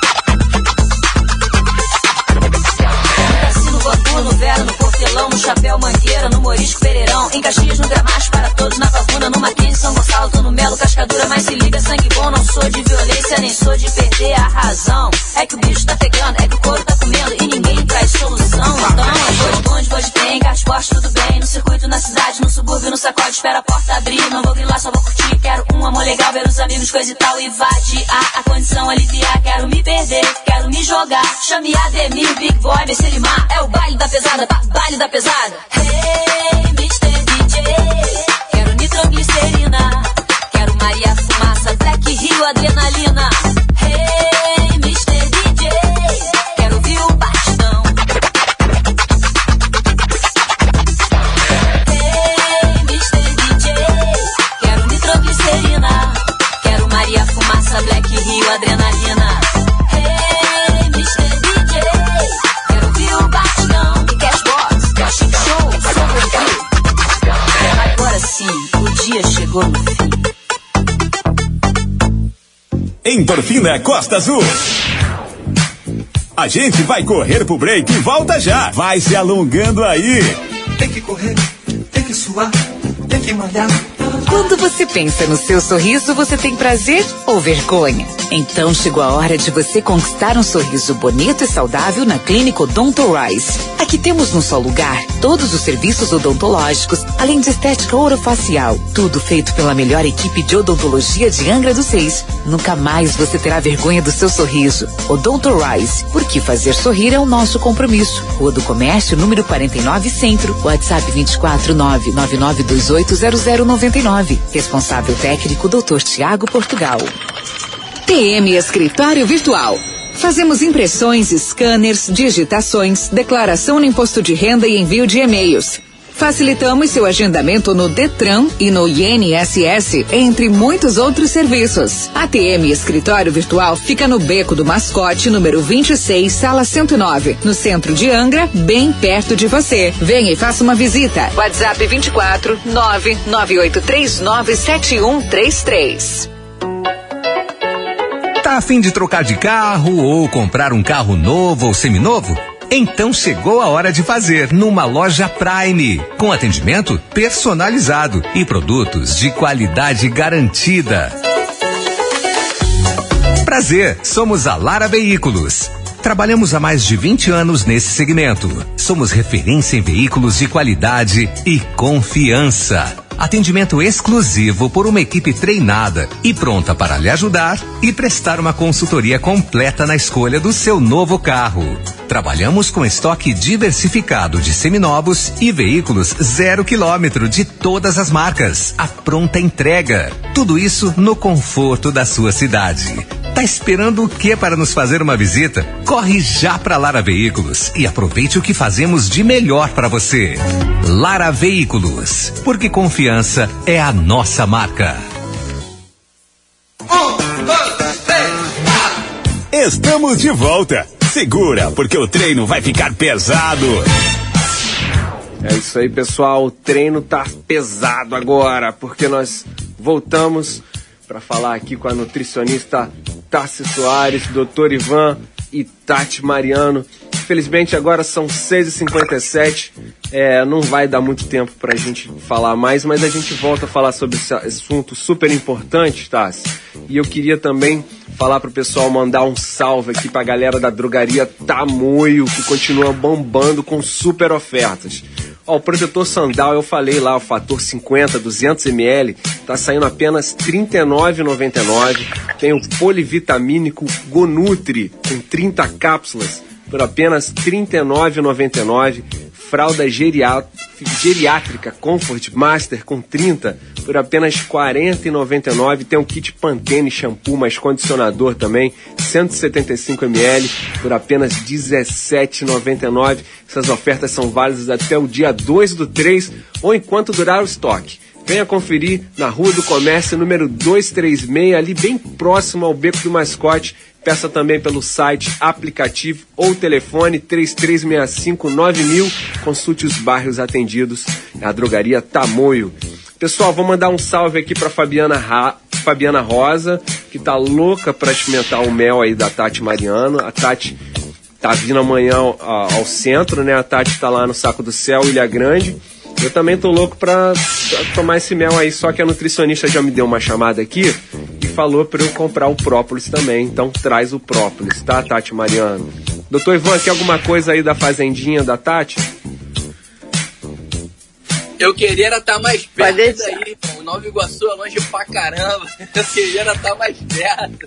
Speaker 6: No cassino, Bangu, no Vera, no Portelão, no Chapéu, Mangueira, no Morisco, Pereirão. Em Caxias, no Gramacho, para todos na Pavuna, no Mackenzie, São Gonçalo, tô no Melo, Cascadura. Mas se liga, sangue bom, não sou de violência, nem sou de perder a razão. É que o bicho tá pegando, é que o couro tá comendo e ninguém traz solução. Então, vou de bonde, vou de trem, carro esporte, tudo bem. No circuito, na cidade, no subúrbio, no sacode, espero a porta abrir. Não vou grilar, só vou curtir. Quero um amor legal, ver os amigos, coisa e tal, e vadiar. A condição aliviar, quero me perder, quero me jogar. Chame Ademir, Big Boy, MC Limar. É o baile da pesada, baile da pesada. Hey, Mr. DJ, quero nitroglicerina, quero Maria Fumaça, Black Rio, adrenalina. Hey, Mr. DJ, quero ouvir o batidão. Hey, Mr. DJ, quero nitroglicerina, quero Maria Fumaça, Black Rio, adrenalina. Hey, Mr. DJ, quero ouvir o batidão. E Cashbox, Cash Show, agora sim, o dia chegou no fim.
Speaker 2: Endorfina Costa Azul. A gente vai correr pro break e volta já. Vai se alongando aí.
Speaker 4: Tem que correr, tem que suar, tem que malhar.
Speaker 14: Quando você pensa no seu sorriso, você tem prazer ou vergonha? Então chegou a hora de você conquistar um sorriso bonito e saudável na Clínica Odontorise. Aqui temos num só lugar todos os serviços odontológicos, além de estética orofacial. Tudo feito pela melhor equipe de odontologia de Angra dos Reis. Nunca mais você terá vergonha do seu sorriso. Odontorise, porque fazer sorrir é o nosso compromisso. Rua do Comércio, número 49 Centro. WhatsApp 249-9928-0099. Responsável técnico Dr. Tiago Portugal.
Speaker 15: TM Escritório Virtual. Fazemos impressões, scanners, digitações, declaração no imposto de renda e envio de e-mails. Facilitamos seu agendamento no Detran e no INSS, entre muitos outros serviços. A TM Escritório Virtual fica no Beco do Mascote, número 26, sala 109, no centro de Angra, bem perto de você. Venha e faça uma visita. WhatsApp 24 998397133.
Speaker 16: A fim de trocar de carro ou comprar um carro novo ou seminovo? Então chegou a hora de fazer numa loja Prime, com atendimento personalizado e produtos de qualidade garantida. Prazer, somos a Lara Veículos. Trabalhamos há mais de 20 anos nesse segmento. Somos referência em veículos de qualidade e confiança. Atendimento exclusivo por uma equipe treinada e pronta para lhe ajudar e prestar uma consultoria completa na escolha do seu novo carro. Trabalhamos com estoque diversificado de seminovos e veículos 0 km de todas as marcas. A pronta entrega. Tudo isso no conforto da sua cidade. Tá esperando o que para nos fazer uma visita? Corre já para Lara Veículos e aproveite o que fazemos de melhor para você. Lara Veículos, porque confiança é a nossa marca.
Speaker 2: Estamos de volta. Segura, porque o treino vai ficar pesado.
Speaker 3: É isso aí, pessoal. O treino tá pesado agora, porque nós voltamos para falar aqui com a nutricionista Tassi Soares, Dr. Ivan e Tati Mariano. Infelizmente agora são 6h57, não vai dar muito tempo pra gente falar mais, mas a gente volta a falar sobre esse assunto super importante, Tassi. E eu queria também falar pro pessoal mandar um salve aqui pra galera da drogaria Tamoio, que continua bombando com super ofertas. Ó, o protetor Sandal, eu falei lá, o fator 50, 200ml, tá saindo apenas R$ 39,99. Tem o polivitamínico Gonutri, com 30 cápsulas, por apenas R$ 39,99. Fralda geriátrica Comfort Master com 30 por apenas R$ 40,99. Tem um kit Pantene shampoo mais condicionador também, 175ml por apenas R$ 17,99. Essas ofertas são válidas até o dia 2/3 ou enquanto durar o estoque. Venha conferir na Rua do Comércio, número 236, ali bem próximo ao Beco do Mascote. Peça também pelo site, aplicativo ou telefone 3365-9000. Consulte os bairros atendidos. É a drogaria Tamoio. Pessoal, vou mandar um salve aqui para Fabiana Rosa, que tá louca para experimentar o mel aí da Tati Mariano. A Tati tá vindo amanhã ao centro, né? A Tati tá lá no Saco do Céu, Ilha Grande. Eu também tô louco pra tomar esse mel aí, só que a nutricionista já me deu uma chamada aqui e falou pra eu comprar o própolis também. Então traz o própolis, tá, Tati Mariano? Doutor Ivan, quer alguma coisa aí da fazendinha da Tati?
Speaker 5: Eu queria estar mais perto daí, o Nova Iguaçu é longe pra caramba. Eu queria estar mais perto.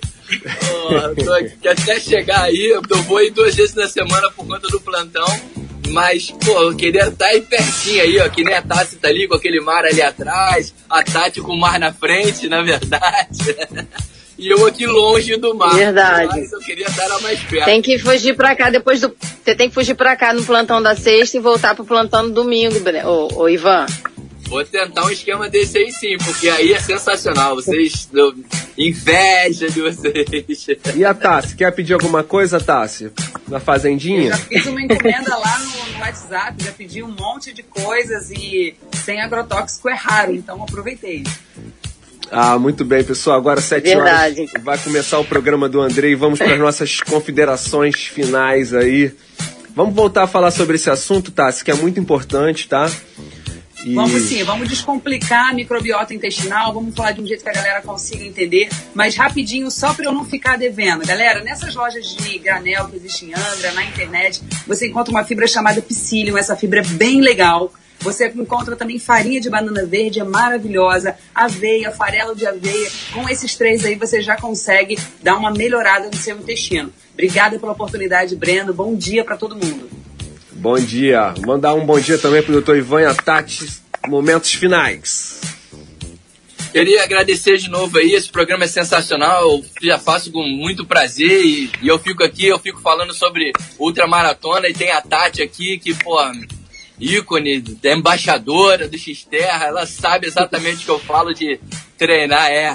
Speaker 5: Até chegar aí, eu vou ir 2 vezes na semana por conta do plantão. Mas, pô, eu queria estar aí pertinho aí, ó, que nem a Tati tá ali com aquele mar ali atrás, a Tati com o mar na frente, na verdade. E eu aqui longe do mar.
Speaker 11: Verdade.
Speaker 5: Mas eu queria estar lá mais perto.
Speaker 11: Tem que fugir pra cá depois do... Você tem que fugir pra cá no plantão da sexta e voltar pro plantão no domingo, ô Ivan.
Speaker 5: Vou tentar um esquema desse aí sim, porque aí é sensacional. Vocês... Inveja de vocês.
Speaker 3: E a Tassi, quer pedir alguma coisa, Tassi? Na fazendinha?
Speaker 10: Eu já fiz uma encomenda lá no WhatsApp, já pedi um monte de coisas e sem agrotóxico é raro, então aproveitei.
Speaker 3: Ah, muito bem, pessoal. Agora 7 horas vai começar o programa do Andrei. Vamos para as nossas considerações finais aí. Vamos voltar a falar sobre esse assunto, Tassi, que é muito importante, tá?
Speaker 10: Vamos sim, vamos descomplicar a microbiota intestinal, vamos falar de um jeito que a galera consiga entender, mas rapidinho, só para eu não ficar devendo. Galera, nessas lojas de granel que existem em Angra, na internet, você encontra uma fibra chamada Psyllium, essa fibra é bem legal. Você encontra também farinha de banana verde, é maravilhosa, aveia, farelo de aveia. Com esses 3 aí você já consegue dar uma melhorada no seu intestino. Obrigada pela oportunidade, Breno. Bom dia para todo mundo.
Speaker 3: Bom dia. Vou mandar um bom dia também pro Dr. Ivan e a Tati. Momentos finais.
Speaker 5: Queria agradecer de novo aí, esse programa é sensacional, eu já faço com muito prazer e eu fico aqui, eu fico falando sobre ultramaratona e tem a Tati aqui que, pô, ícone, embaixadora do X-Terra, ela sabe exatamente o que eu falo de treinar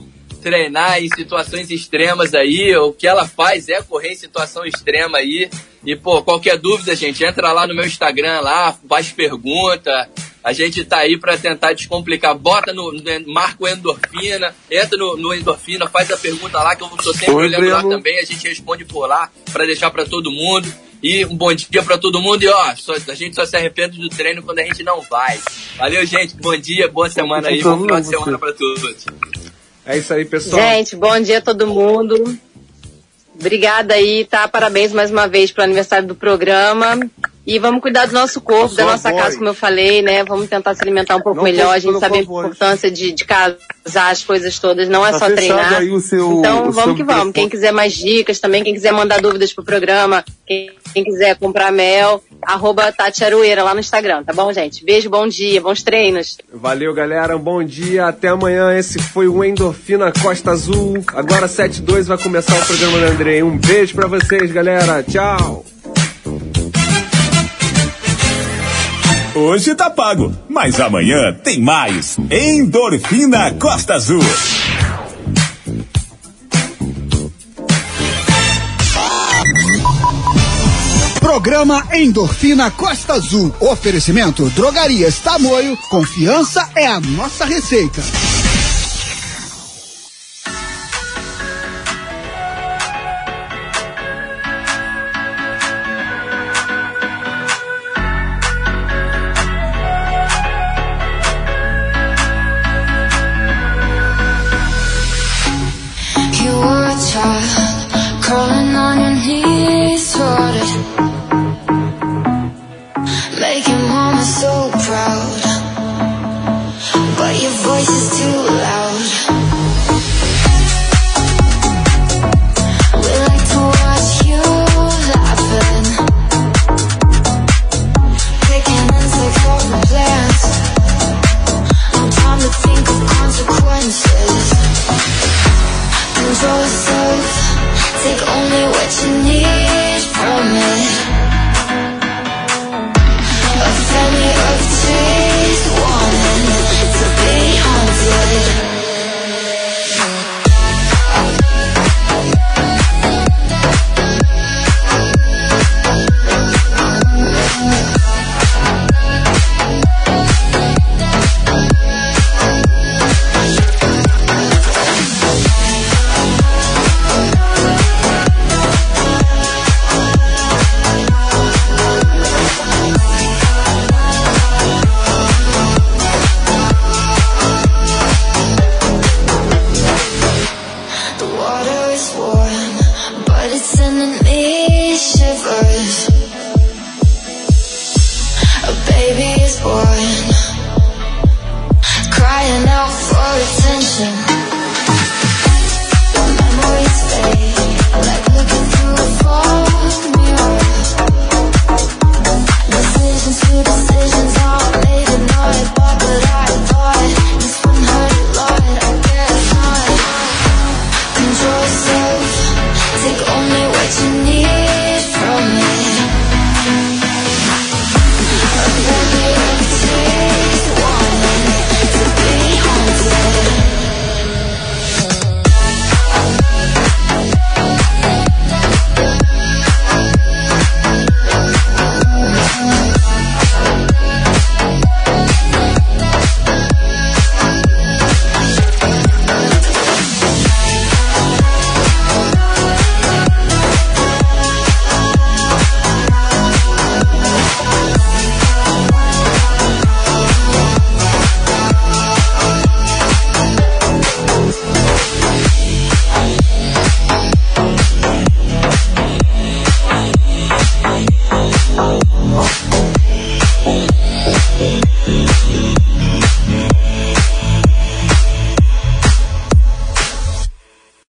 Speaker 5: em situações extremas aí, o que ela faz é correr em situação extrema aí. E, pô, qualquer dúvida, gente, entra lá no meu Instagram lá, faz pergunta, A gente tá aí pra tentar descomplicar. Bota marca o Endorfina, entra no Endorfina, faz a pergunta lá, que eu tô sempre olhando lá também. A gente responde por lá pra deixar pra todo mundo. E um bom dia pra todo mundo. E a gente só se arrepende do treino quando a gente não vai. Valeu, gente. Bom dia, boa semana aí. Bom final de semana pra todos.
Speaker 3: É isso aí, pessoal.
Speaker 11: Gente, bom dia a todo mundo. Obrigada aí, tá? Parabéns mais uma vez pelo aniversário do programa. E vamos cuidar do nosso corpo, da nossa casa, como eu falei, né? Vamos tentar se alimentar um pouco melhor. A gente sabe a importância de casar as coisas todas, não é só treinar. Então vamos que vamos. Quem quiser mais dicas também, quem quiser mandar dúvidas pro programa, quem quiser comprar mel, @TatiAroeira lá no Instagram, tá bom, gente? Beijo, bom dia, bons treinos.
Speaker 3: Valeu, galera, bom dia, até amanhã. Esse foi o Endorfina Costa Azul. Agora 7:02 vai começar o programa do Andrei. Um beijo pra vocês, galera, tchau.
Speaker 2: Hoje tá pago, mas amanhã tem mais. Endorfina Costa Azul.
Speaker 1: Programa Endorfina Costa Azul. Oferecimento Drogarias Tamoio. Confiança é a nossa receita.
Speaker 6: Crawling on your knees toward it, making mama so proud, but your voice is too loud. We like to watch you laughing, picking insects off my plants. No time to think of consequences. Control yourself. Take only what you need from it. A family of trees wanting to be haunted. Baby is born.